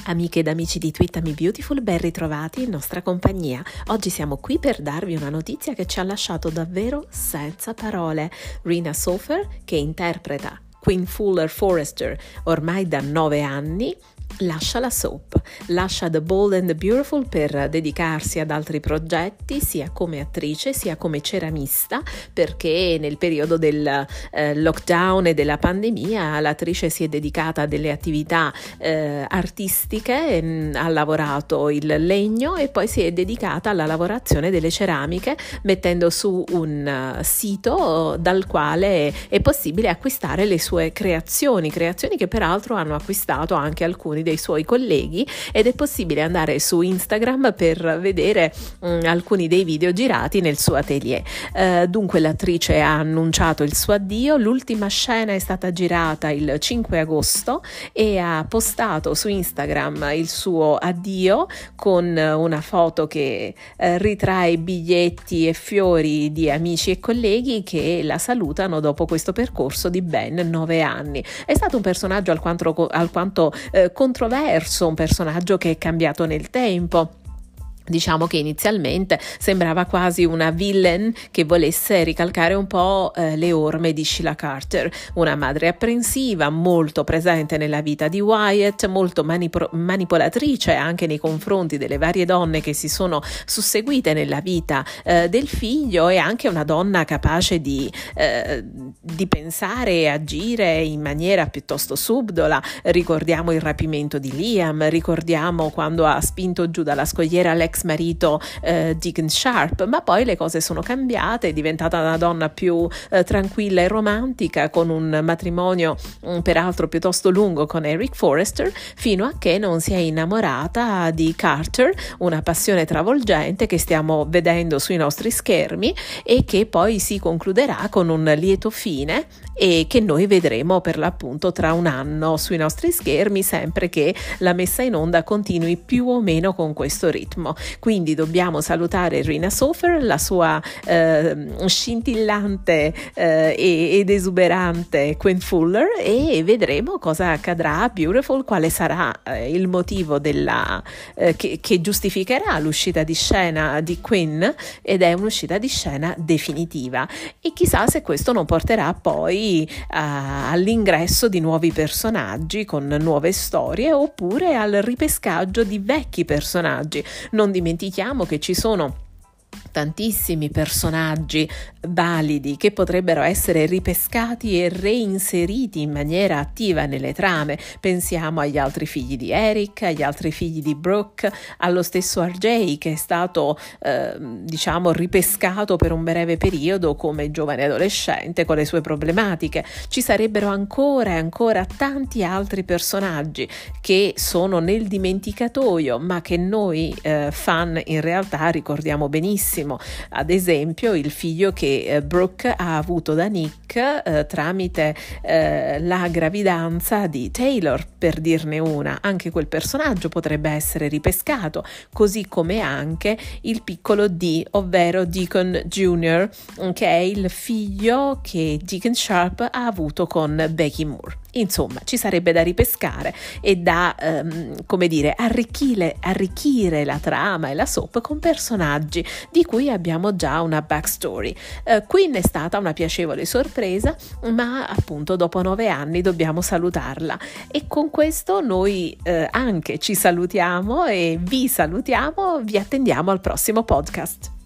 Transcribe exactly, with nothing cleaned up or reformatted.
Amiche ed amici di Twittami Beautiful, ben ritrovati in nostra compagnia. Oggi siamo qui per darvi una notizia che ci ha lasciato davvero senza parole. Rena Sofer, che interpreta Queen Fuller Forrester ormai da nove anni, lascia la soap, lascia The Bold and the Beautiful per dedicarsi ad altri progetti, sia come attrice sia come ceramista, perché nel periodo del eh, lockdown e della pandemia l'attrice si è dedicata a delle attività eh, artistiche, mh, ha lavorato il legno e poi si è dedicata alla lavorazione delle ceramiche, mettendo su un uh, sito dal quale è possibile acquistare le sue creazioni, creazioni che peraltro hanno acquistato anche alcuni dei suoi colleghi, ed è possibile andare su Instagram per vedere mh, alcuni dei video girati nel suo atelier. Uh, dunque l'attrice ha annunciato il suo addio, l'ultima scena è stata girata il cinque agosto e ha postato su Instagram il suo addio con una foto che uh, ritrae biglietti e fiori di amici e colleghi che la salutano dopo questo percorso di ben nove anni. È stato un personaggio alquanto, alquanto uh, controverso, un personaggio che è cambiato nel tempo. Diciamo che inizialmente sembrava quasi una villain che volesse ricalcare un po' eh, le orme di Sheila Carter, una madre apprensiva, molto presente nella vita di Wyatt, molto manip- manipolatrice anche nei confronti delle varie donne che si sono susseguite nella vita eh, del figlio, e anche una donna capace di, eh, di pensare e agire in maniera piuttosto subdola. Ricordiamo il rapimento di Liam, ricordiamo quando ha spinto giù dalla scogliera l'ex marito eh, Deacon Sharp, ma poi le cose sono cambiate, è diventata una donna più eh, tranquilla e romantica, con un matrimonio mh, peraltro piuttosto lungo con Eric Forrester, fino a che non si è innamorata di Carter, una passione travolgente che stiamo vedendo sui nostri schermi e che poi si concluderà con un lieto fine e che noi vedremo per l'appunto tra un anno sui nostri schermi, sempre che la messa in onda continui più o meno con questo ritmo. Quindi dobbiamo salutare Rena Sofer, la sua eh, scintillante eh, ed esuberante Queen Fuller, e vedremo cosa accadrà a Beautiful, quale sarà eh, il motivo della, eh, che, che giustificherà l'uscita di scena di Queen, ed è un'uscita di scena definitiva, e chissà se questo non porterà poi a, all'ingresso di nuovi personaggi con nuove storie, oppure al ripescaggio di vecchi personaggi. Non dimentichiamo che ci sono tantissimi personaggi validi che potrebbero essere ripescati e reinseriti in maniera attiva nelle trame. Pensiamo agli altri figli di Eric, agli altri figli di Brooke, allo stesso R J che è stato eh, diciamo ripescato per un breve periodo come giovane adolescente con le sue problematiche. Ci sarebbero ancora e ancora tanti altri personaggi che sono nel dimenticatoio, ma che noi eh, fan in realtà ricordiamo benissimo. Ad esempio il figlio che eh, Brooke ha avuto da Nick eh, tramite eh, la gravidanza di Taylor, per dirne una. Anche quel personaggio potrebbe essere ripescato, così come anche il piccolo D, ovvero Deacon Junior, che è il figlio che Deacon Sharp ha avuto con Becky Moore. Insomma, ci sarebbe da ripescare e da, ehm, come dire, arricchire, arricchire la trama e la soap con personaggi di cui abbiamo già una backstory. Eh, Queen è stata una piacevole sorpresa, ma appunto dopo nove anni dobbiamo salutarla. E con questo noi eh, anche ci salutiamo e vi salutiamo, vi attendiamo al prossimo podcast.